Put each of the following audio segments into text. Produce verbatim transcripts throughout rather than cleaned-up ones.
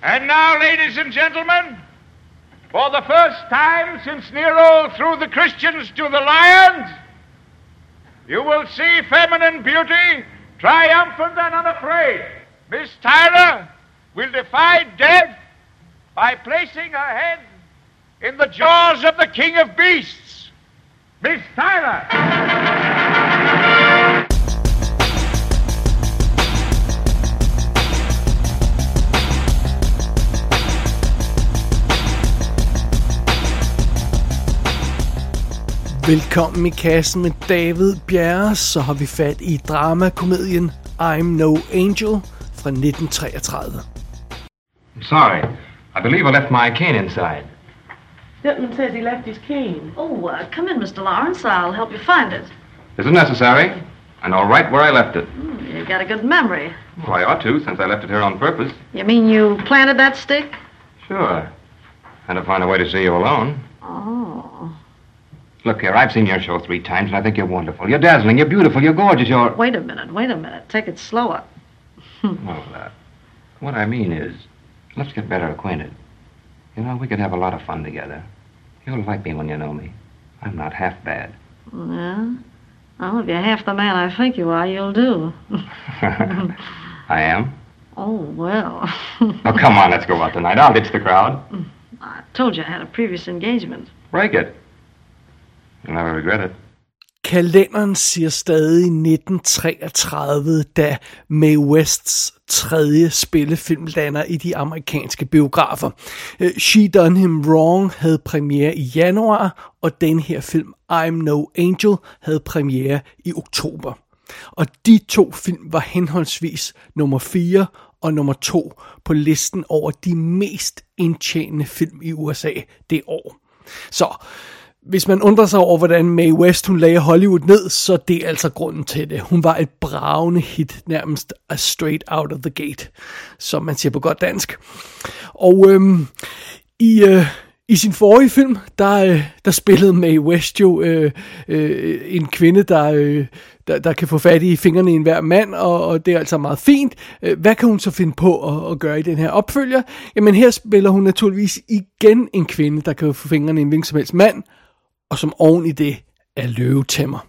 And now, ladies and gentlemen, for the first time since Nero threw the Christians to the lions, you will see feminine beauty triumphant and unafraid. Miss Tyra will defy death by placing her head in the jaws of the King of Beasts. Miss Tyra! Velkommen i kassen med David Bjerre, så har vi fat i dramakomedien I'm No Angel fra nitten treogtredive. I'm sorry. I believe I left my cane inside. Gentleman says he left his cane. Oh, uh, come in, Mister Lawrence. I'll help you find it. Isn't necessary. I know right where I left it. Mm, you've got a good memory. Well, I ought to, since I left it here on purpose. You mean you planted that stick? Sure. And to find a way to see you alone. Oh. Look here, I've seen your show three times, and I think you're wonderful. You're dazzling, you're beautiful, you're gorgeous, you're... Wait a minute, wait a minute. Take it slower. Well, uh, what I mean is, let's get better acquainted. You know, we could have a lot of fun together. You'll like me when you know me. I'm not half bad. Yeah? Well, if you're half the man I think you are, you'll do. I am? Oh, well. Oh, come on, let's go out tonight. I'll ditch the crowd. I told you I had a previous engagement. Break it. You'll never regret it. Kalenderen siger stadig nitten treogtredive, da Mae Wests tredje spillefilm lander i de amerikanske biografer. She Done Him Wrong havde premiere i januar, og den her film I'm No Angel havde premiere i oktober. Og de to film var henholdsvis nummer fire og nummer to på listen over de mest indtjenende film i U S A det år. Så hvis man undrer sig over, hvordan Mae West hun lagde Hollywood ned, så det er altså grunden til det. Hun var et bragende hit, nærmest a straight out of the gate, som man siger på godt dansk. Og øhm, i, øh, i sin forrige film, der, øh, der spillede Mae West jo øh, øh, en kvinde, der, øh, der, der kan få fat i fingrene i enhver mand, og, og det er altså meget fint. Hvad kan hun så finde på at, at gøre i den her opfølger? Jamen her spiller hun naturligvis igen en kvinde, der kan få fingrene i en hvilken som helst mand, og som oven i det er løvetæmmer.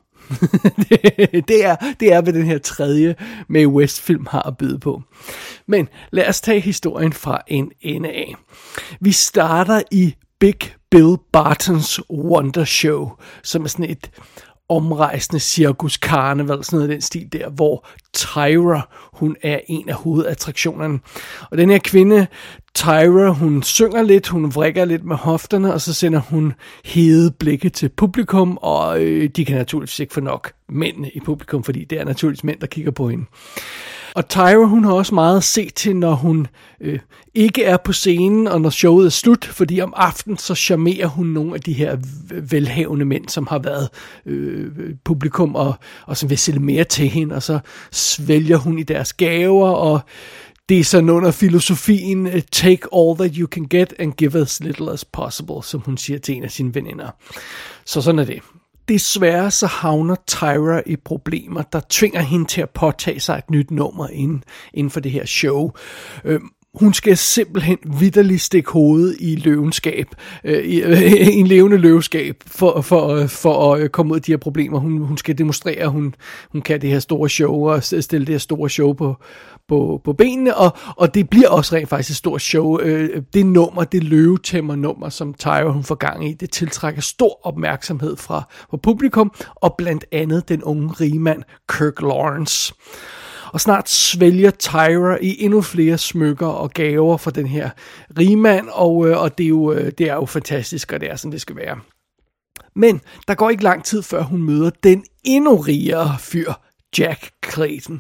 det, det, er, det er, hvad den her tredje Mae West film har at byde på. Men lad os tage historien fra en ende af. Vi starter i Big Bill Bartons Wonder Show, som er sådan et omrejsende cirkuskarneval, sådan noget af den stil der, hvor Tyra, hun er en af hovedattraktionerne. Og den her kvinde, Tyra, hun synger lidt, hun vrikker lidt med hofterne, og så sender hun hede blikke til publikum, og øh, de kan naturligvis ikke få nok mænd i publikum, fordi det er naturligvis mænd, der kigger på hende. Og Tyra, hun har også meget at se til, når hun øh, ikke er på scenen, og når showet er slut, fordi om aftenen så charmerer hun nogle af de her velhavende mænd, som har været øh, publikum, og, og som vil sælge mere til hende, og så svælger hun i deres gaver, og det er sådan under filosofien, take all that you can get and give as little as possible, som hun siger til en af sine veninder. Så sådan er det. Desværre så havner Tyra i problemer, der tvinger hende til at påtage sig et nyt nummer inden, inden for det her show. Øh, hun skal simpelthen vitterligt stikke hovedet i løvenskab, øh, i, øh, i en levende løveskab, for, for, for at komme ud af de her problemer. Hun, hun skal demonstrere, at hun, hun kan det her store show, og stille det her store show på, på, på benene, og, og det bliver også rent faktisk et stort show. Øh, det nummer, det løvetæmmer-nummer, som Tyra hun får gang i, det tiltrækker stor opmærksomhed fra, fra publikum, og blandt andet den unge rigmand Kirk Lawrence. Og snart svælger Tyra i endnu flere smykker og gaver fra den her rigmand, og, øh, og det, er jo, det er jo fantastisk, og det er sådan, det skal være. Men der går ikke lang tid, før hun møder den endnu rigere fyr, Jack Clayton.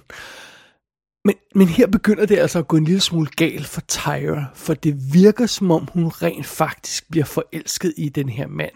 Men, men her begynder det altså at gå en lille smule galt for Tyra, for det virker som om hun rent faktisk bliver forelsket i den her mand.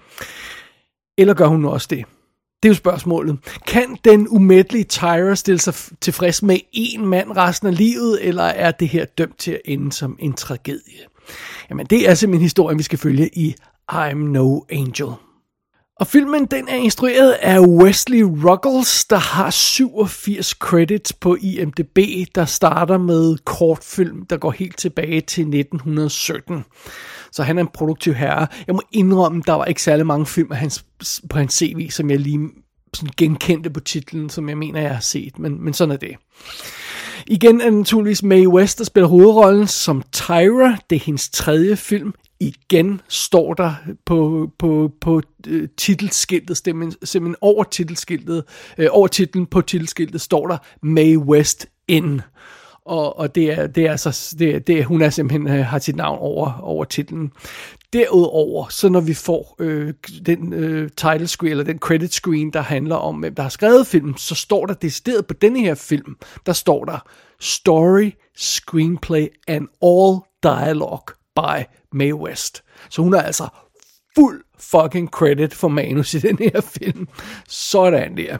Eller gør hun også det? Det er jo spørgsmålet. Kan den umættelige Tyra stille sig tilfreds med én mand resten af livet, eller er det her dømt til at ende som en tragedie? Jamen, det er simpelthen historien, vi skal følge i I'm No Angel. Og filmen, den er instrueret af Wesley Ruggles, der har syvogfirs credits på I M D B, der starter med kortfilm, der går helt tilbage til nitten sytten. Så han er en produktiv herre. Jeg må indrømme, der var ikke særlig mange film af hans, på hans C V, som jeg lige sådan genkendte på titlen, som jeg mener, jeg har set, men, men sådan er det. Igen er det naturligvis Mae West, der spiller hovedrollen som Tyra. Det er hendes tredje film. Igen står der på, på, på uh, titelskiltet, simpelthen over titelskiltet, uh, over titlen på titelskiltet står der Mae West in. Og, og det er, det er altså, det, det, hun er simpelthen uh, har sit navn over, over titlen. Derudover, så når vi får øh, den øh, title screen, eller den credit screen, der handler om, hvem der har skrevet filmen, så står der decideret på denne her film, der står der Story, Screenplay and All Dialogue by Mae West. Så hun er altså fuld fucking credit for manus i den her film. Sådan der.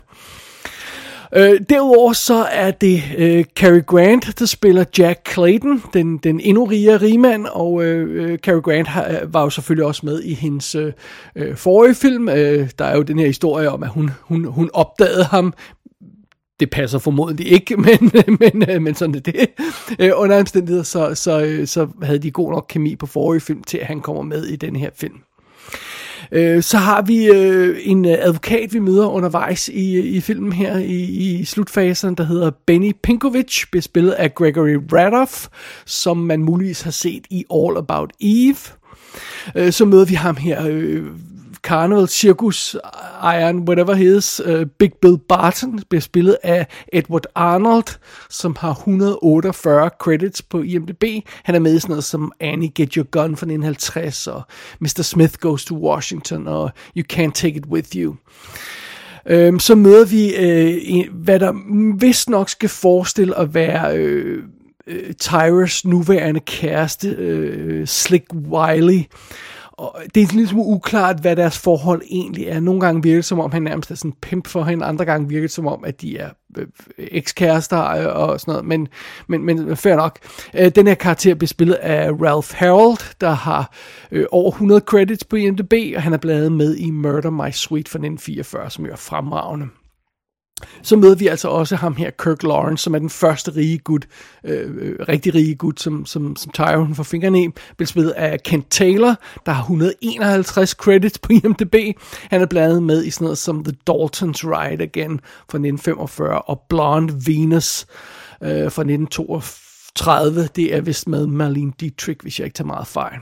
Øh, derudover så er det øh, Cary Grant, der spiller Jack Clayton, den, den endnu rigere rigmand, og øh, Cary Grant har, var jo selvfølgelig også med i hendes øh, forrige film. Øh, der er jo den her historie om, at hun, hun, hun opdagede ham. Det passer formodentlig ikke, men, men, men sådan er det. Øh, under omstændigheder, så, så, så havde de god nok kemi på forrige film, til at han kommer med i den her film. Øh, så har vi øh, en advokat, vi møder undervejs i, i filmen her i, i slutfasen, der hedder Benny Pinkovich, bespillet af Gregory Randolph, som man muligvis har set i All About Eve. Øh, så møder vi ham her, øh, Carnival Circus Iron, whatever his, uh, Big Bill Barton, bliver spillet af Edward Arnold, som har et hundrede og otteogfyrre credits på I M D B. Han er med i sådan noget som Annie Get Your Gun fra nitten halvtreds, og mister Smith Goes to Washington, og You Can't Take It With You. Um, så møder vi, uh, hvad der vist nok skal forestille at være uh, uh, Tyras nuværende kæreste, uh, Slick Wiley. Og det er lidt smule uklart, hvad deres forhold egentlig er. Nogle gange virker det som om, han nærmest er sådan en pimp for hende. Andre gange virker det som om, at de er øh, ekskærester og sådan noget. Men, men, men fair nok. Øh, den her karakter bliver spillet af Ralph Harold, der har øh, over hundrede credits på I M D B, og han er blandt med i Murder My Sweet fra nitten fireogfyrre, som jo er fremragende. Så møder vi altså også ham her, Kirk Lawrence, som er den første rige gut, øh, rigtig rige gut, som, som, som Tyra hun får fingrene i, bliver spillet af Kent Taylor, der har et hundrede og enoghalvtreds credits på I M D B. Han er blandet med i sådan noget som The Daltons Ride Again fra nitten femogfyrre, og Blonde Venus øh, fra nitten toogtredive. Det er vist med Marlene Dietrich, hvis jeg ikke tager meget fejl.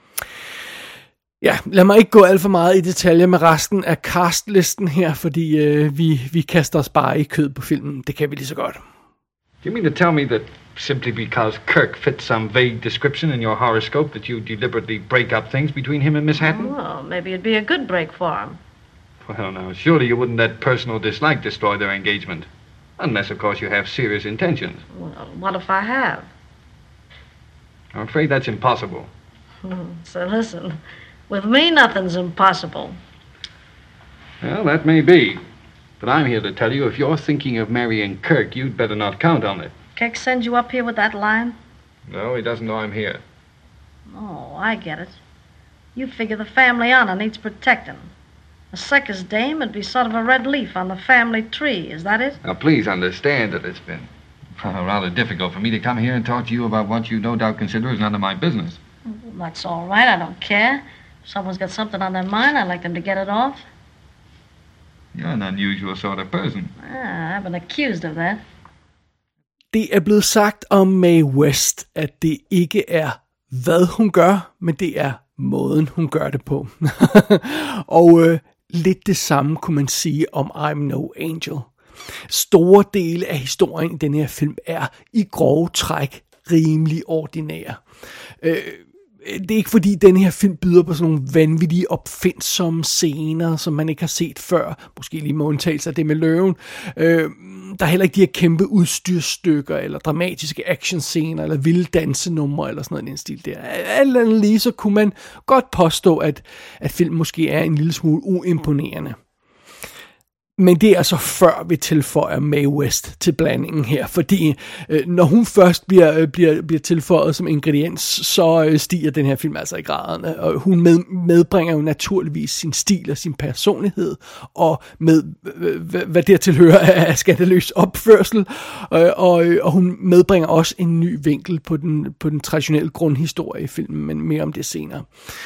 Ja, lad mig ikke gå alt for meget i detaljer med resten af castlisten her, fordi øh, vi, vi kaster os bare i kød på filmen. Det kan vi lige så godt. Do you mean to tell me that simply because Kirk fits some vague description in your horoscope that you deliberately break up things between him and Miss Hatton? Well, maybe it'd be a good break for him. Well, now, surely you wouldn't let personal dislike destroy their engagement. Unless, of course, you have serious intentions. Well, what if I have? I'm afraid that's impossible. So listen... With me, nothing's impossible. Well, that may be. But I'm here to tell you, if you're thinking of marrying Kirk, you'd better not count on it. Kirk sends you up here with that line? No, he doesn't know I'm here. Oh, I get it. You figure the family honor needs protecting. A circus dame would be sort of a red leaf on the family tree, is that it? Now, please understand that it's been rather difficult for me to come here and talk to you about what you no doubt consider is none of my business. Well, that's all right, I don't care. If someone's got something on their mind, I'd like them to get it off. You're an unusual sort of person. Ah, I've been accused of that. Det er blevet sagt om Mae West, at det ikke er, hvad hun gør, men det er måden, hun gør det på. Og øh, lidt det samme kunne man sige om I'm No Angel. Store dele af historien i den her film er i grove træk rimelig ordinære. Øh, Det er ikke fordi, den her film byder på sådan nogle vanvittige, opfindsomme scener, som man ikke har set før. Måske lige med undtagelse af det med løven. Øh, der er heller ikke de her kæmpe udstyrstykker, eller dramatiske actionscener, eller vilde dansenumre, eller sådan noget i den stil der. Alt andet lige, så kunne man godt påstå, at, at filmen måske er en lille smule uimponerende. Men det er altså før vi tilføjer Mae West til blandingen her, fordi øh, når hun først bliver, øh, bliver, bliver tilføjet som ingrediens, så øh, stiger den her film altså i graderne, og hun med, medbringer jo naturligvis sin stil og sin personlighed, og med øh, hvad dertil hører af skandaløs opførsel, øh, og, og hun medbringer også en ny vinkel på den, på den traditionelle grundhistorie i filmen, men mere om det senere.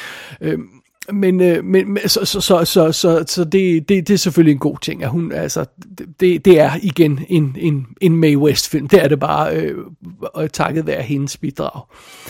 Øh, Men, øh, men så, så, så, så, så, så det, det, det er selvfølgelig en god ting, at hun, altså, det, det er igen en, en, en Mae West-film. Det er det bare, øh, takket være hendes bidrag.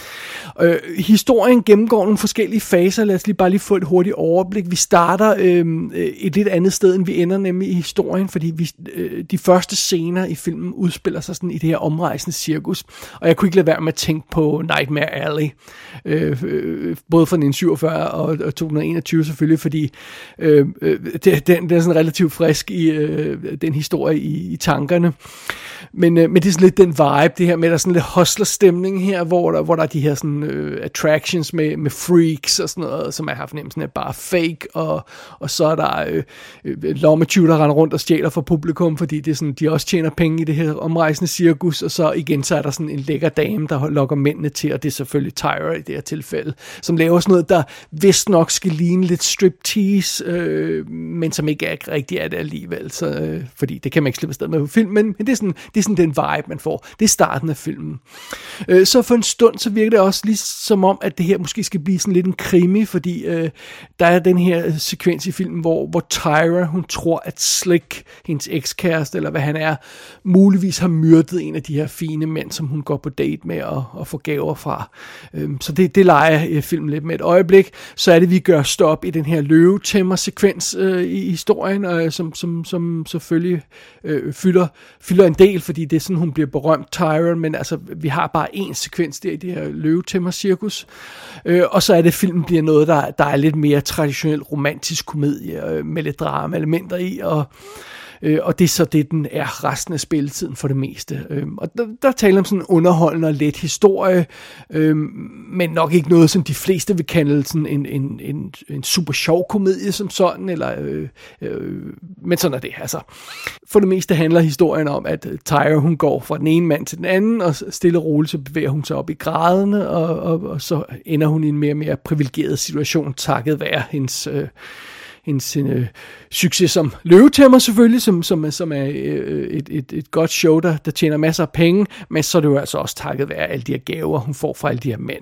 Øh, historien gennemgår nogle forskellige faser. Lad os lige bare lige få et hurtigt overblik. Vi starter øh, et lidt andet sted, end vi ender nemlig i historien, fordi vi, øh, de første scener i filmen udspiller sig sådan i det her omrejsende cirkus. Og jeg kunne ikke lade være med at tænke på Nightmare Alley, øh, øh, både fra nitten syvogfyrre og, og to tusind og enogtyve selvfølgelig, fordi øh, det, den, den er sådan relativt frisk i øh, den historie i, i tankerne. Men, øh, men det er sådan lidt den vibe, det her med, der er sådan lidt hustler-stemning her, hvor der, hvor der er de her sådan øh, attractions med, med freaks og sådan noget, som jeg har fornemmelsen af bare fake, og, og så er der øh, øh, lommetyve, der render rundt og stjæler for publikum, fordi det er sådan, de også tjener penge i det her omrejsende cirkus, og så igen, så er der sådan en lækker dame, der lokker mændene til, og det er selvfølgelig Tyra i det her tilfælde, som laver sådan noget, der vist nok skal ligne lidt striptease, øh, men som ikke er rigtig er det alligevel, så, øh, fordi det kan man ikke slippe afsted med på film, men, men det er sådan, det er sådan den vibe, man får. Det er starten af filmen. Øh, så for en stund, så virker det også lige som om, at det her måske skal blive sådan lidt en krimi, fordi øh, der er den her sekvens i filmen, hvor, hvor Tyra, hun tror, at Slick, hendes ekskæreste, eller hvad han er, muligvis har myrdet en af de her fine mænd, som hun går på date med og, og får gaver fra. Øh, så det, det leger filmen lidt med et øjeblik. Så er det, vi gør stop i den her løvetæmmer-sekvens øh, i historien, øh, som, som, som selvfølgelig øh, fylder, fylder en del, fordi det er sådan, hun bliver berømt, Tyra, men altså, vi har bare en sekvens der i det her løvetæmmer-cirkus. Øh, og så er det, filmen bliver noget, der, der er lidt mere traditionel romantisk komedie, øh, med lidt drama-elementer i, og Øh, og det er så det, den er resten af spilletiden for det meste. Øh, og der, der taler om sådan en underholdende og let historie, øh, men nok ikke noget, som de fleste vil kalde sådan en, en, en, en super sjov komedie som sådan, eller, øh, øh, men sådan er det. Altså, for det meste handler historien om, at Tyra, hun går fra den ene mand til den anden, og stille og roligt så bevæger hun sig op i graderne, og, og, og så ender hun i en mere og mere privilegeret situation, takket være hendes Øh, hendes øh, succes som løvetæmmer selvfølgelig, som, som, som er øh, et, et, et godt show, der, der tjener masser af penge, men så er det jo altså også takket være alle de her gaver, hun får fra alle de her mænd.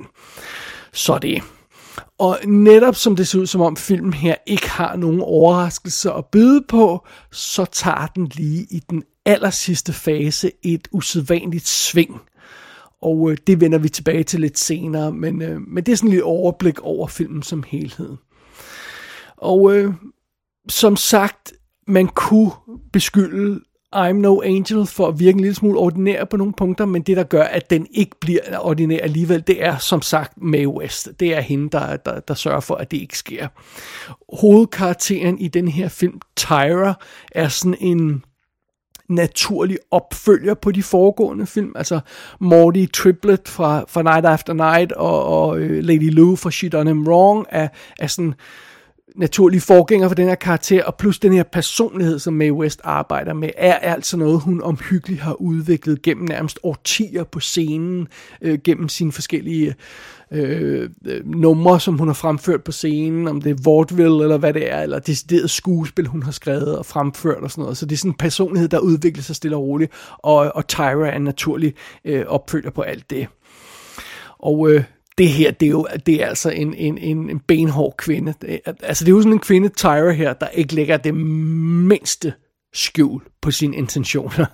Så det. Og netop som det ser ud som om filmen her ikke har nogen overraskelser at byde på, så tager den lige i den aller sidste fase et usædvanligt sving. Og øh, det vender vi tilbage til lidt senere, men, øh, men det er sådan lidt overblik over filmen som helhed. Og øh, som sagt, man kunne beskylde I'm No Angel for at virke en lille smule ordinær på nogle punkter, men det, der gør, at den ikke bliver ordinær alligevel, det er som sagt Mae West. Det er hende, der, der, der sørger for, at det ikke sker. Hovedkarakteren i den her film, Tyra, er sådan en naturlig opfølger på de foregående film, altså Morty Triplet fra, fra Night After Night og, og Lady Lou fra She Done Him Wrong er, er sådan naturlige forgænger for den her karakter, og plus den her personlighed, som Mae West arbejder med, er altså noget, hun omhyggeligt har udviklet gennem nærmest årtier på scenen, øh, gennem sine forskellige øh, numre, som hun har fremført på scenen, om det er vaudeville eller hvad det er, eller decideret skuespil, hun har skrevet og fremført og sådan noget. Så det er sådan en personlighed, der udvikler sig stille og roligt, og, og Tyra er en naturlig øh, opfølger på alt det. Og øh, det her, det er jo det er altså en, en, en benhård kvinde. Det, altså det er jo sådan en kvinde, Tyra her, der ikke lægger det mindste skjul på sine intentioner.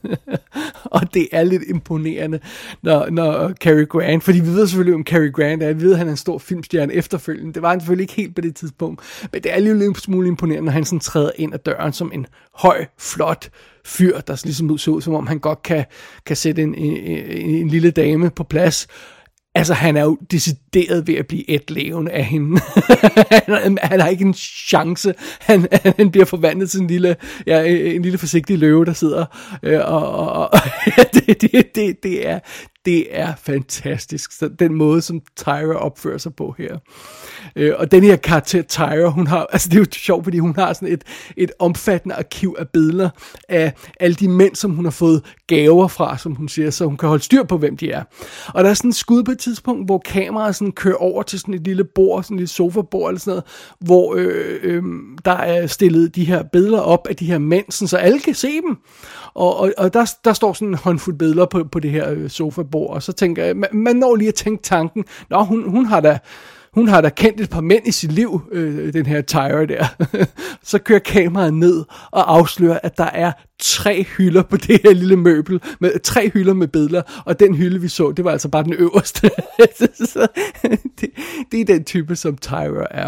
Og det er lidt imponerende, når, når Cary Grant, fordi vi ved selvfølgelig om Cary Grant er, vi ved, at han er en stor filmstjerne efterfølgende. Det var han selvfølgelig ikke helt på det tidspunkt, men det er alligevel en smule imponerende, når han sådan træder ind ad døren som en høj, flot fyr, der ligesom så ud, som om han godt kan, kan sætte en, en, en, en lille dame på plads. Altså, han er jo decideret ved at blive et levende af hende. han, han har ikke en chance. Han, han bliver forvandlet til en lille, ja, en lille forsigtig løve, der sidder. Øh, og og, og det, det, det, det, er, det er fantastisk. Så den måde, som Tyra opfører sig på her. Øh, og den her karakter, Tyra, hun har, altså det er jo sjovt, fordi hun har sådan et, et omfattende arkiv af billeder af alle de mænd, som hun har fået gaver fra, som hun siger, så hun kan holde styr på, hvem de er. Og der er sådan en skud på et tidspunkt, hvor kameraet sådan kører over til sådan et lille bord, sådan et lille sofabord eller sådan noget, hvor øh, øh, der er stillet de her billeder op af de her mænd, sådan, så alle kan se dem. Og, og, og der, der står sådan en håndfuld billeder på, på det her øh, sofabord, og så tænker jeg, man, man når lige at tænke tanken, nå, hun, hun har da Hun har da kendt et par mænd i sit liv, øh, den her Tyra der. Så kører kameraet ned og afslører, at der er tre hylder på det her lille møbel, med tre hylder med billeder, og den hylde, vi så, det var altså bare den øverste. Så det, det er den type, som Tyra er.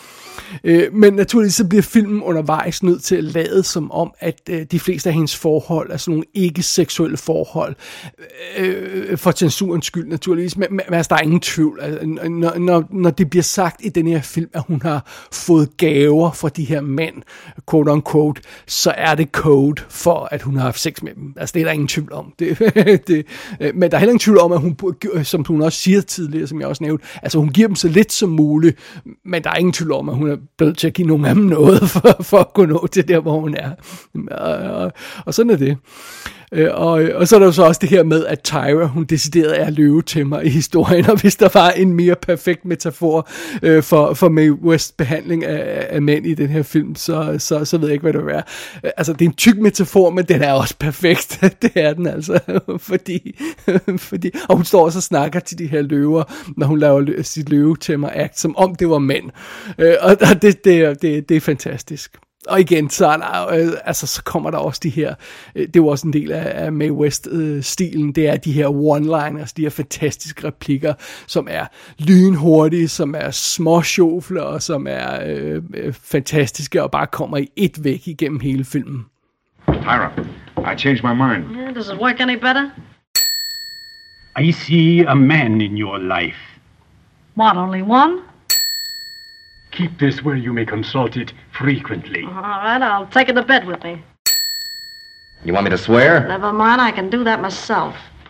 Øh, men naturligvis så bliver filmen undervejs nødt til at lade som om, at øh, de fleste af hendes forhold er sådan nogle ikke-seksuelle forhold. Øh, for censurens skyld naturligvis, men, men altså, der er ingen tvivl. Altså, når, når, når det bliver sagt i den her film, at hun har fået gaver fra de her mænd, quote unquote, så er det code for, at hun har haft sex med dem. Altså det er der ingen tvivl om. Det, det, øh, men der er heller ingen tvivl om, at hun, som hun også siger tidligere, som jeg også nævnte, altså hun giver dem så lidt som muligt, men der er ingen tvivl om, at hun er blevet til at give nogen af dem noget, for, for at kunne nå til der, hvor hun er. Og, og, og sådan er det. Og, og så er der jo så også det her med, at Tyra, hun decideret er løvetæmmer i historien, og hvis der var en mere perfekt metafor øh, for, for Mae Wests behandling af, af mænd i den her film, så, så, så ved jeg ikke, hvad det vil være. Altså, det er en tyk metafor, men den er også perfekt. Det er den altså, fordi, fordi og hun står også og snakker til de her løver, når hun laver sit løvetæmmer-act, som om det var mænd. Og det, det, det, det er fantastisk. Og igen, så, er der, øh, altså, så kommer der også de her, øh, det er jo også en del af, af Mae West-stilen, øh, det er de her one-liners, de her fantastiske replikker, som er lynhurtige, som er småsjofler, og som er øh, øh, fantastiske, og bare kommer i et væk igennem hele filmen. Tyra, I changed my mind. Yeah, does it work any better? I see a man in your life. What, only one? Keep this where you may consult it frequently. All right, I'll take it to bed with me. You want me to swear? Never mind, I can do that myself.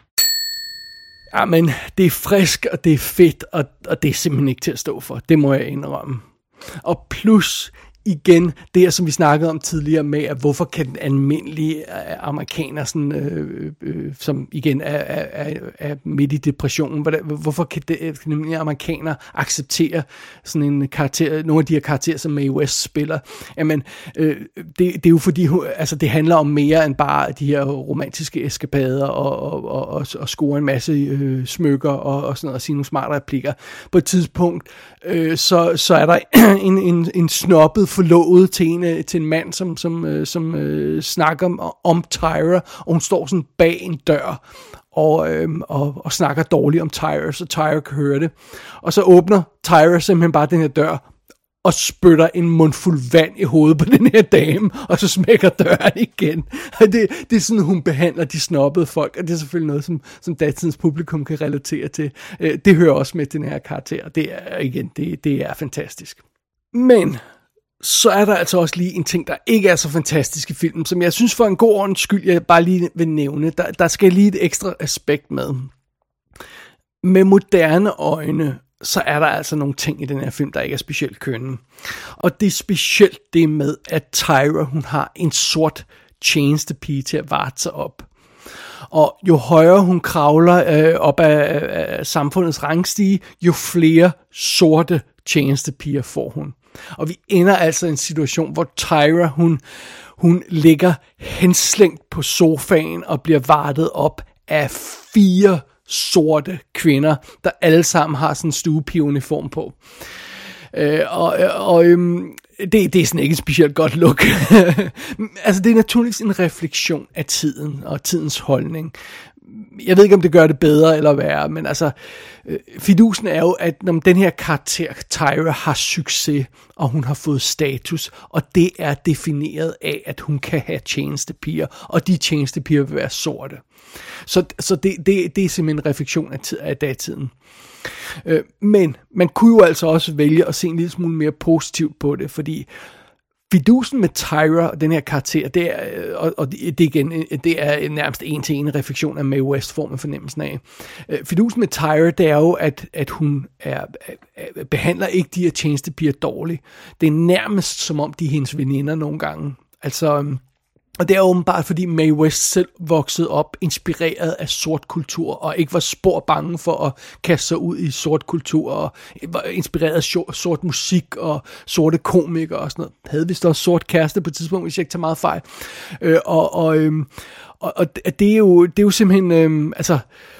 Ja, men det er frisk, og det er fedt, og, og det er simpelthen ikke til at stå for. Det må jeg indrømme. Og plus, igen, det her, som vi snakkede om tidligere med, at hvorfor kan den almindelige amerikaner, sådan, øh, øh, som igen er, er, er midt i depressionen, hvorfor kan den almindelige amerikaner acceptere sådan en karakter, nogle af de her karakterer, som Mae West spiller? Jamen, øh, det, det er jo fordi, altså, det handler om mere end bare de her romantiske eskapader og, og, og, og, og score en masse øh, smykker og, og sådan noget, og sige nogle smarte replikker. På et tidspunkt, øh, så, så er der en, en, en snobbet forlovet til en, til en mand, som, som, som øh, snakker om, om Tyra, og hun står sådan bag en dør, og, øh, og, og snakker dårligt om Tyra, så Tyra kan høre det. Og så åbner Tyra simpelthen bare den her dør, og spytter en mundfuld vand i hovedet på den her dame, og så smækker døren igen. Det, det er sådan, hun behandler de snobbede folk, og det er selvfølgelig noget, som, som datidens publikum kan relatere til. Det hører også med til den her karakter, det er igen, det, det er fantastisk. Men så er der altså også lige en ting, der ikke er så fantastisk i filmen, som jeg synes for en god ordens skyld, jeg bare lige vil nævne. Der, der skal lige et ekstra aspekt med. Med moderne øjne, så er der altså nogle ting i den her film, der ikke er specielt kønne. Og det er specielt det med, at Tyra, hun har en sort tjenestepige til at varte sig op. Og jo højere hun kravler øh, op af, af samfundets rangstige, jo flere sorte tjenestepiger får hun. Og vi ender altså i en situation, hvor Tyra, hun, hun ligger henslængt på sofaen og bliver vartet op af fire sorte kvinder, der alle sammen har sådan en stuepigeuniform på. Øh, og og øhm, det, det er sådan ikke et specielt godt look. Altså det er naturligvis en refleksion af tiden og tidens holdning. Jeg ved ikke, om det gør det bedre eller værre, men altså, øh, fidusen er jo, at når den her karakter, Tyra, har succes, og hun har fået status, og det er defineret af, at hun kan have tjenestepiger, og de tjenestepiger vil være sorte. Så, så det, det, det er simpelthen en refleksion af, tid, af datiden. Øh, men man kunne jo altså også vælge at se en lille smule mere positivt på det, fordi fidusen med Tyra, den her karakter, det er, og, og det, igen, det er nærmest en til en refleksion af Mae West, får man fornemmelsen af. Fidusen med Tyra, det er jo, at, at hun er, er, behandler ikke de her tjenestepiger dårligt. Det er nærmest som om, de er hendes veninder nogle gange. Altså, og det er åbenbart, fordi Mae West selv voksede op inspireret af sort kultur, og ikke var spor bange for at kaste sig ud i sort kultur, og var inspireret af sort musik og sorte komikere og sådan noget. Havde vist også sort kæreste på et tidspunkt, hvis jeg ikke tager meget fejl. Øh, og, og, øhm, og, og det er jo, det er jo simpelthen, øhm, altså,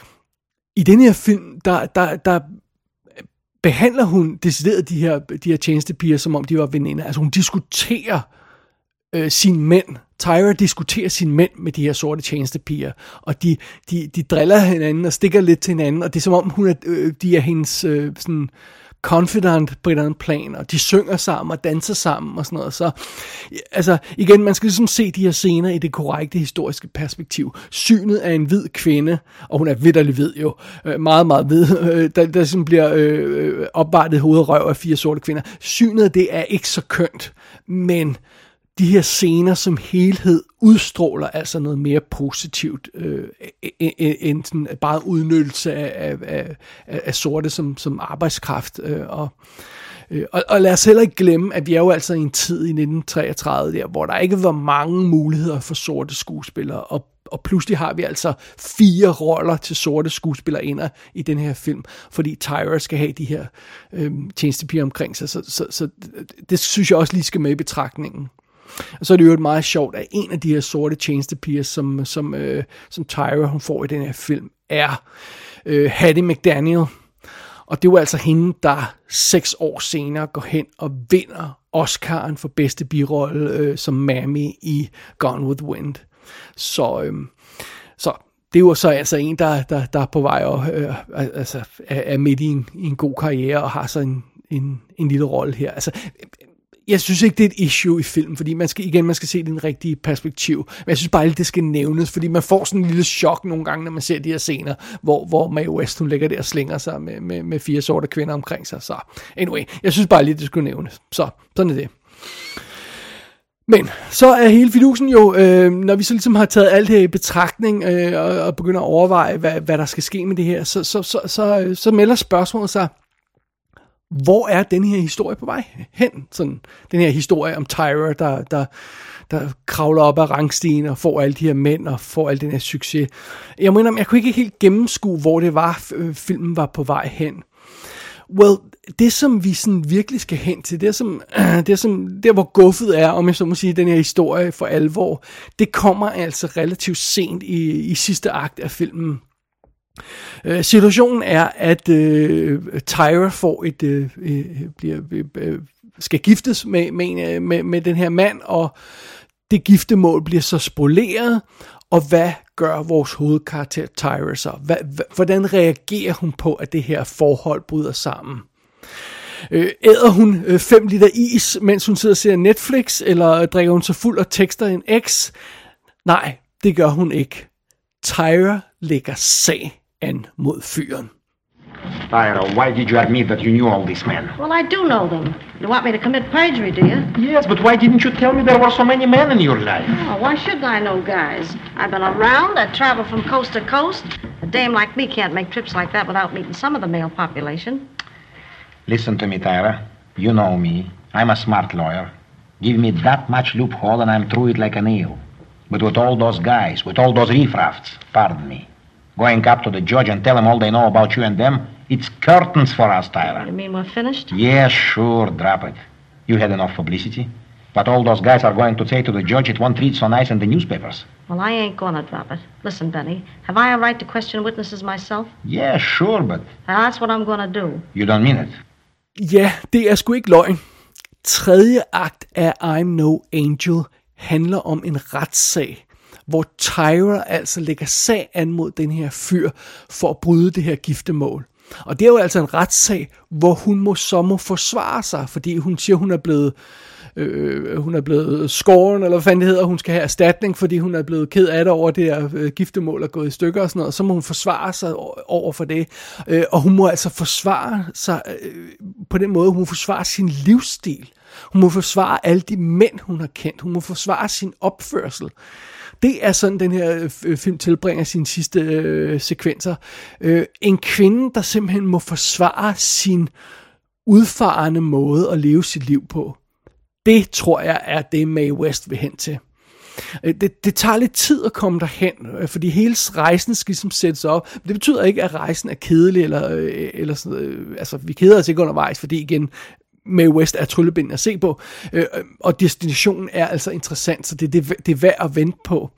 i den her film, der, der, der behandler hun decideret de her, de her tjenestepiger, som om de var veninder. Altså hun diskuterer øh, sine mænd. Tyra diskuterer sine mænd med de her sorte tjenestepiger, og de, de, de driller hinanden og stikker lidt til hinanden, og det er som om, hun er, øh, de er hendes øh, sådan confidant på et eller andet plan, og de synger sammen og danser sammen og sådan noget. Så altså, igen, man skal ligesom se de her scener i det korrekte historiske perspektiv. Synet af en hvid kvinde, og hun er vitterlig hvid jo, øh, meget, meget hvid, øh, der, der sådan bliver øh, opvartet hoved og røv af fire sorte kvinder. Synet af det er ikke så kønt, men de her scener som helhed udstråler altså noget mere positivt øh, end sådan bare udnyttelse af, af, af, af sorte som, som arbejdskraft. Øh, og, øh, og, og lad os heller ikke glemme, at vi er jo altså i en tid i nitten treogtredive, der, hvor der ikke var mange muligheder for sorte skuespillere, og Og pludselig har vi altså fire roller til sorte skuespillerinder i den her film, fordi Tyra skal have de her øh, tjenestepiger omkring sig. Så, så, så det synes jeg også lige skal med i betragtningen. Og så er det jo et meget sjovt, at en af de her sorte tjenestepiger, som, som, øh, som Tyra hun får i den her film, er øh, Hattie McDaniel. Og det er jo altså hende, der seks år senere går hen og vinder Oscar'en for bedste birolle øh, som Mammy i Gone with the Wind. Så, øh, så det er jo så altså en, der, der, der er på vej og øh, altså, er, er midt i en, i en god karriere og har så en, en, en lille rolle her. Altså, jeg synes ikke, det er et issue i filmen, fordi man skal, igen, man skal se det i den rigtige perspektiv. Men jeg synes bare, at det skal nævnes, fordi man får sådan en lille chok nogle gange, når man ser de her scener, hvor, hvor Mae West, hun ligger der og slinger sig med, med, med fire sorte kvinder omkring sig. Så anyway, jeg synes bare lige, det skulle nævnes. Så, sådan er det. Men så er hele fidusen jo, øh, når vi så ligesom har taget alt det her i betragtning øh, og, og begynder at overveje, hvad, hvad der skal ske med det her, så, så, så, så, så melder spørgsmålet sig, hvor er den her historie på vej hen? Sådan, den her historie om Tyra, der, der, der kravler op ad rangstigen og får alle de her mænd og får al den her succes. Jeg mener, jeg kunne ikke helt gennemskue, hvor det var, filmen var på vej hen. Well, det som vi sådan virkelig skal hen til, det som, det som, der hvor guffet er, om jeg så må sige, den her historie for alvor, det kommer altså relativt sent i, i sidste akt af filmen. Uh, situationen er, at uh, Tyra får et, uh, bliver, uh, skal giftes med, med, med, med den her mand, og det giftemål bliver så spoleret, og hvad gør vores hovedkarakter Tyra så? Hva, hvordan reagerer hun på, at det her forhold bryder sammen? Øh, æder hun øh, fem liter is, mens hun sidder og ser Netflix, eller drikker hun så fuld og tekster en eks? Nej, det gør hun ikke. Tyra lægger sag an mod fyren. Tyra, why did you admit that you knew all these men? Well, I do know them. You want me to commit perjury, do you? Yes, but why didn't you tell me there were so many men in your life? Oh, why shouldn't I know guys? I've been around, I travel from coast to coast. A dame like me can't make trips like that without meeting some of the male population. Listen to me, Tyra. You know me. I'm a smart lawyer. Give me that much loophole and I'm through it like a nail. But with all those guys, with all those riffraffs, pardon me, going up to the judge and tell him all they know about you and them, it's curtains for us, Tyra. You mean we're finished? Yeah, sure, drop it. You had enough publicity. But all those guys are going to say to the judge it won't read so nice in the newspapers. Well, I ain't gonna drop it. Listen, Benny, have I a right to question witnesses myself? Yeah, sure, but... Now, that's what I'm gonna do. You don't mean it? Ja, det er sgu ikke løgn. Tredje akt af I'm No Angel handler om en retssag, hvor Tyra altså lægger sag an mod den her fyr for at bryde det her giftemål. Og det er jo altså en retssag, hvor hun må så må forsvare sig, fordi hun siger, hun er blevet øh, hun er blevet skåren, eller hvad fanden det hedder, hun skal have erstatning, fordi hun er blevet ked af det over det her øh, giftermål er gået i stykker og sådan noget, så må hun forsvare sig over for det, øh, og hun må altså forsvare sig øh, på den måde, hun må forsvare sin livsstil, hun må forsvare alle de mænd, hun har kendt, hun må forsvare sin opførsel. Det er sådan, den her øh, film tilbringer sine sidste øh, sekvenser. Øh, en kvinde, der simpelthen må forsvare sin udfarende måde at leve sit liv på. Det tror jeg er det, Mae West vil hen til. Det, det tager lidt tid at komme derhen, fordi hele rejsen skal ligesom sættes op. Det betyder ikke, at rejsen er kedelig, eller, eller sådan noget. Altså, vi keder os ikke undervejs, fordi igen, Mae West er tryllebindende at se på, og destinationen er altså interessant, så det, det, det er værd at vente på.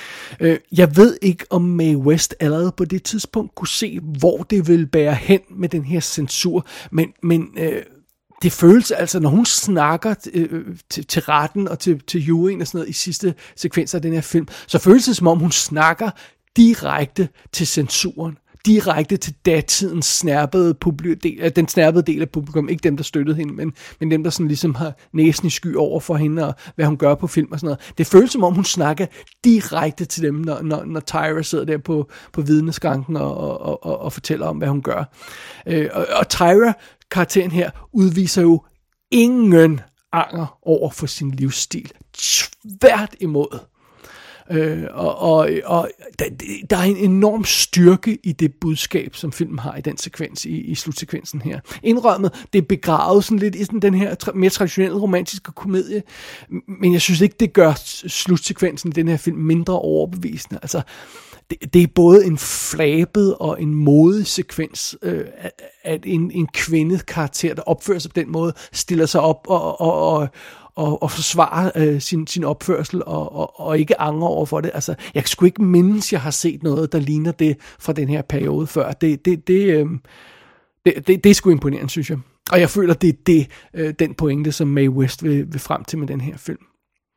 Jeg ved ikke, om Mae West allerede på det tidspunkt kunne se, hvor det ville bære hen med den her censur, men, men øh, det føles altså, når hun snakker øh, til, til retten og til, til juryen og sådan noget i sidste sekvenser af den her film, så føles det som om, hun snakker direkte til censuren. Direkte til datidens snærpede publikum, del, den snærpede del af publikum, ikke dem, der støttede hende, men, men dem, der sådan ligesom har næsen i sky over for hende, og hvad hun gør på film og sådan noget. Det føles som om, hun snakker direkte til dem, når, når, når Tyra sidder der på, på vidneskranken og, og, og, og fortæller om, hvad hun gør. Øh, og, og Tyra, karakteren her, udviser jo ingen anger over for sin livsstil. Tvært imod. Øh, og og, og der, der er en enorm styrke i det budskab, som filmen har i den sekvens, i, i slutsekvensen her. Indrømmet, det er begravet sådan lidt i sådan den her tra- mere traditionelle romantiske komedie, men jeg synes ikke, det gør slutsekvensen i den her film mindre overbevisende. Altså, det, det er både en flabet og en modig sekvens, øh, at en, en kvindekarakter, der opfører sig på den måde, stiller sig op og, og, og Og, og forsvare øh, sin, sin opførsel og, og, og ikke angre over for det. Altså, jeg kan sgu ikke mindes, jeg har set noget, der ligner det fra den her periode før. Det, det, det, øh, det, det, det er sgu imponerende, synes jeg. Og jeg føler, det er det, øh, den pointe, som Mae West vil, vil frem til med den her film.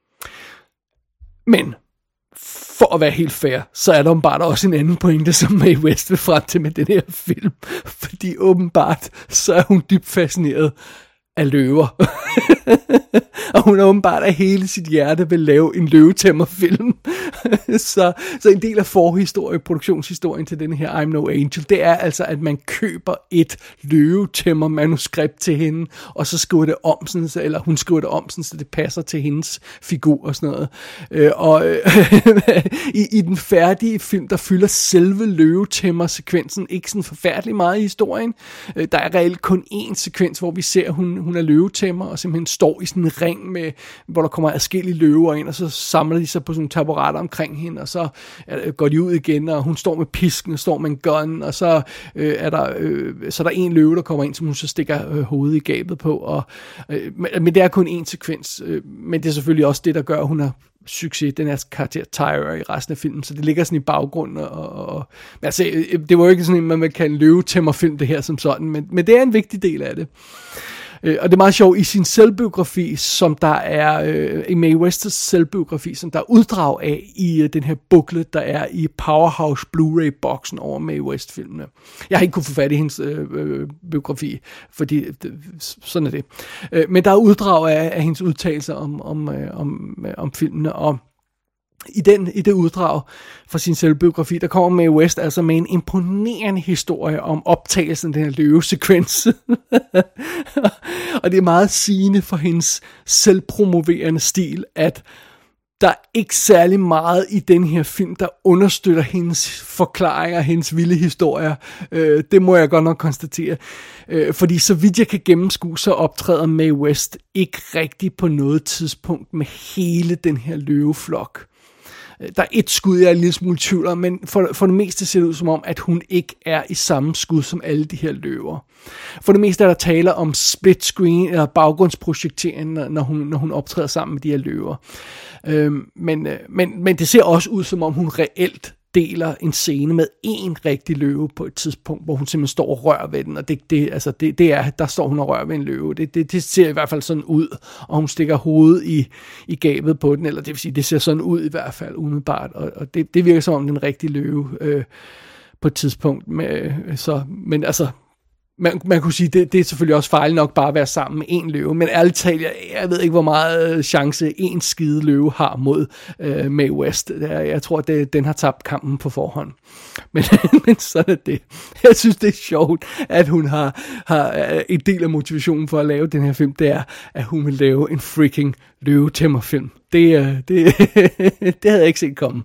Men for at være helt fair, så er der åbenbart også en anden pointe, som Mae West vil frem til med den her film. Fordi åbenbart, så er hun dybt fascineret af løver. Og hun er åbenbart af hele sit hjerte vil lave en løvetæmmerfilm. så, så en del af forhistorie, produktionshistorien til den her I'm No Angel, det er altså, at man køber et løvetæmmermanuskript til hende, og så skriver det om, sådan, eller hun skriver det om, sådan, så det passer til hendes figur og sådan noget. Øh, og øh, i, i den færdige film, der fylder selve løvetæmmersekvensen ikke sådan forfærdelig meget i historien. Øh, der er reelt kun én sekvens, hvor vi ser, at hun, hun er løvetæmmer, og simpelthen står i sådan en ring, med, hvor der kommer adskillige løver ind, og så samler de sig på sådan nogle taburetter omkring hende, og så øh, går de ud igen, og hun står med pisken, og står med en gun, og så, øh, er, der, øh, så er der en løve, der kommer ind, som hun så stikker øh, hovedet i gabet på. Og, øh, men, men det er kun én sekvens, øh, men det er selvfølgelig også det, der gør, at hun har succes, den her karakter Tyra i resten af filmen, så det ligger sådan i baggrunden, og, og men altså, det var jo ikke sådan, at man vil kalde en løvetæmmerfilm det her som sådan, men, men det er en vigtig del af det. Øh, og det er meget sjovt, i sin selvbiografi, som der er, øh, i Mae Wests selvbiografi, som der er uddrag af i øh, den her booklet, der er i Powerhouse Blu-ray-boksen over Mae West-filmene. Jeg har ikke kunnet få fat i hendes øh, øh, biografi, fordi det, sådan er det. Øh, men der er uddrag af, af hendes udtalelser om, om, øh, om, øh, om filmene, og I, den, i det uddrag fra sin selvbiografi, der kommer Mae West altså med en imponerende historie om optagelsen af den her løvesekvens. Og det er meget sigende for hendes selvpromoverende stil, at der er ikke særlig meget i den her film, der understøtter hendes forklaringer, hendes vilde historier. Øh, det må jeg godt nok konstatere. Øh, fordi så vidt jeg kan gennemskue, så optræder Mae West ikke rigtig på noget tidspunkt med hele den her løveflok. Der er et skud, jeg er en lille smule tvivl om, men for, for det meste ser det ud som om, at hun ikke er i samme skud som alle de her løver. For det meste er der taler om split screen eller baggrundsprojektering, når hun, når hun optræder sammen med de her løver. Øhm, men, men, men det ser også ud som om, hun reelt deler en scene med en rigtig løve på et tidspunkt, hvor hun simpelthen står og rører ved den, og det, det, altså det, det er, der står hun og rører ved en løve. Det, det, det ser i hvert fald sådan ud, og hun stikker hovedet i, i gabet på den, eller det vil sige, det ser sådan ud i hvert fald umiddelbart, og, og det, det virker som om den rigtige løve øh, på et tidspunkt. Med, så, men altså, man, man kunne sige, det, det er selvfølgelig også fejl nok bare at være sammen med en løve, men ærligt talt, jeg, jeg ved ikke, hvor meget chance en skide løve har mod øh, Mae West. Jeg, jeg tror, det, den har tabt kampen på forhånd. Men, men sådan er det. Jeg synes, det er sjovt, at hun har, har en del af motivationen for at lave den her film, det er, at hun vil lave en freaking løvetæmmerfilm. Det, det, det havde jeg ikke set komme.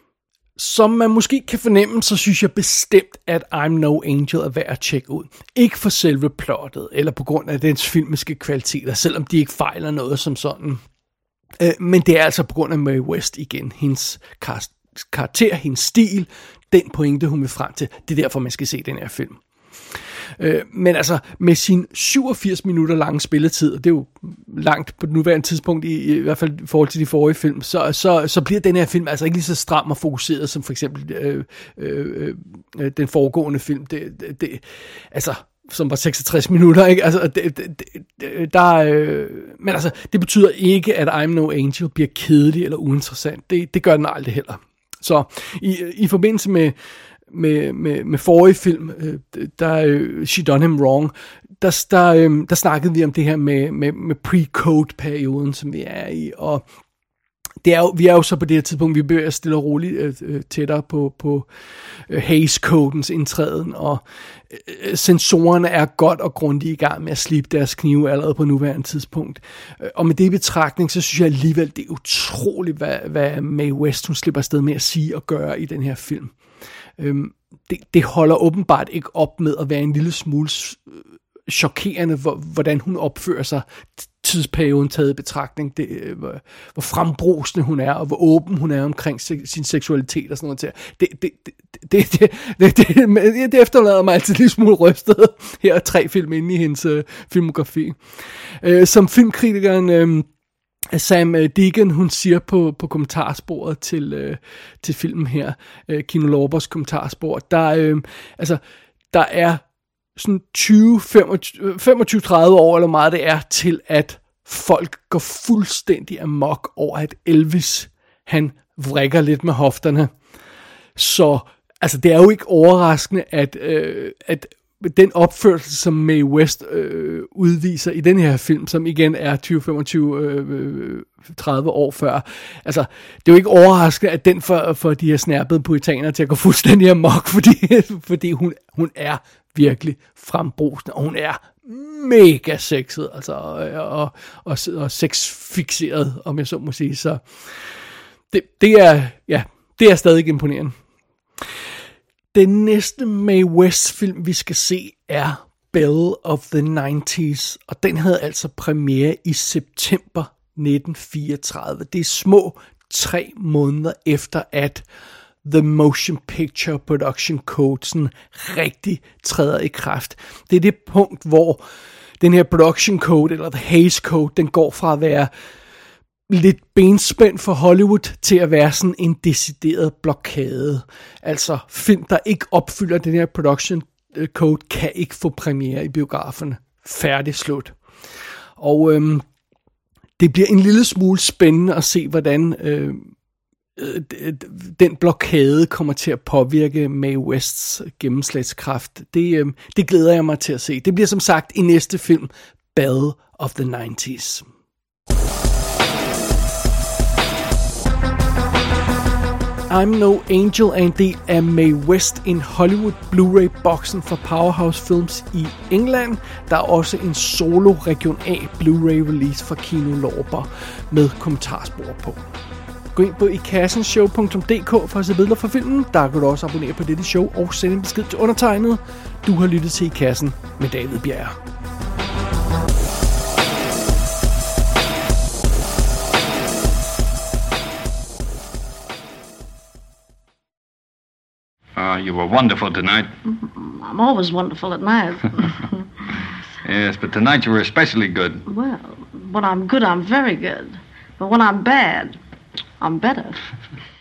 Som man måske kan fornemme, så synes jeg bestemt, at I'm No Angel er værd at tjekke ud. Ikke for selve plottet, eller på grund af dens filmiske kvaliteter, selvom de ikke fejler noget som sådan. Øh, men det er altså på grund af Mae West igen. Hendes karakter, hendes stil, den pointe, hun vil frem til. Det er derfor, man skal se den her film. Øh, men altså, med sin syvogfirs minutter lange spilletid, og det er jo langt på det nuværende tidspunkt, i, i hvert fald i forhold til de forrige film, så, så, så bliver den her film altså ikke lige så stram og fokuseret, som for eksempel øh, øh, øh, den foregående film. Det, det, det, altså, som var seksogtres minutter, ikke? Altså, det, det, det, der, øh, men altså, det betyder ikke, at I'm No Angel bliver kedelig eller uinteressant. Det, det gør den aldrig heller. Så i, i forbindelse med Med, med, med forrige film, øh, der øh, She Done Him Wrong, der, der, øh, der snakkede vi om det her med, med, med pre-code-perioden, som vi er i, og det er jo, vi er jo så på det her tidspunkt, vi bevæger stille og roligt øh, tættere på, på øh, Hays-kodens indtræden, og øh, sensorerne er godt og grundigt i gang med at slippe deres knive allerede på nuværende tidspunkt. Og med det i betragtning, så synes jeg alligevel, det er utroligt, hvad, hvad Mae West, hun slipper afsted med at sige og gøre i den her film. Øhm, det, det holder åbenbart ikke op med at være en lille smule chokerende, hvor, hvordan hun opfører sig tidsperioden taget i betragtning, det, hvor, hvor frembrusende hun er, og hvor åben hun er omkring se, sin seksualitet og sådan noget. Det, det, det, det, det, det, det, det efterlader mig altid en lille smule rystet. Her er tre film inde i hendes uh, filmografi. Uh, som filmkritikeren Uh, Sam Deegan, hun siger på, på kommentarsporet til, øh, til filmen her, øh, Kino Lorbers kommentarspor, der, øh, altså, der er sådan tyve, femogtyve, tredive år, eller meget det er, til at folk går fuldstændig amok over, at Elvis, han vrikker lidt med hofterne. Så altså, det er jo ikke overraskende, at, øh, at den opførsel, som Mae West øh, udviser i den her film, som igen er tyve, femogtyve, tredive år før, altså, det er jo ikke overraskende, at den får, får de her snærpede puritaner til at gå fuldstændig amok, fordi, fordi hun, hun er virkelig frembrusende, og hun er mega sexet, altså, og, og, og, og sexfixeret, om jeg så må sige, så det, det er, ja, det er stadig imponerende. Den næste Mae West film, vi skal se, er Belle of the nineties, og den havde altså premiere i september nitten fireogtredive. Det er små tre måneder efter, at The Motion Picture Production Code sådan rigtig træder i kraft. Det er det punkt, hvor den her Production Code, eller The Hays Code, den går fra at være lidt benspænd for Hollywood til at være sådan en decideret blokade. Altså film, der ikke opfylder den her production code, kan ikke få premiere i biograferne. Færdig slut. Og øhm, det bliver en lille smule spændende at se, hvordan øh, den blokade kommer til at påvirke Mae Wests gennemslagskraft. Det, øh, det glæder jeg mig til at se. Det bliver som sagt i næste film, Belle of the nineties. I'm No Angel er en del af Mae West in Hollywood Blu-ray-boksen fra Powerhouse Films i England. Der er også en solo region A Blu-ray release fra Kino Lorber med kommentarspor på. Gå ind på i kassen show punktum d k for at se billeder fra filmen. Der kan du også abonnere på dette show og sende en besked til undertegnet. Du har lyttet til I Kassen med David Bjerre. Uh, you were wonderful tonight. I'm always wonderful at night. Yes, but tonight you were especially good. Well, when I'm good, I'm very good. But when I'm bad, I'm better.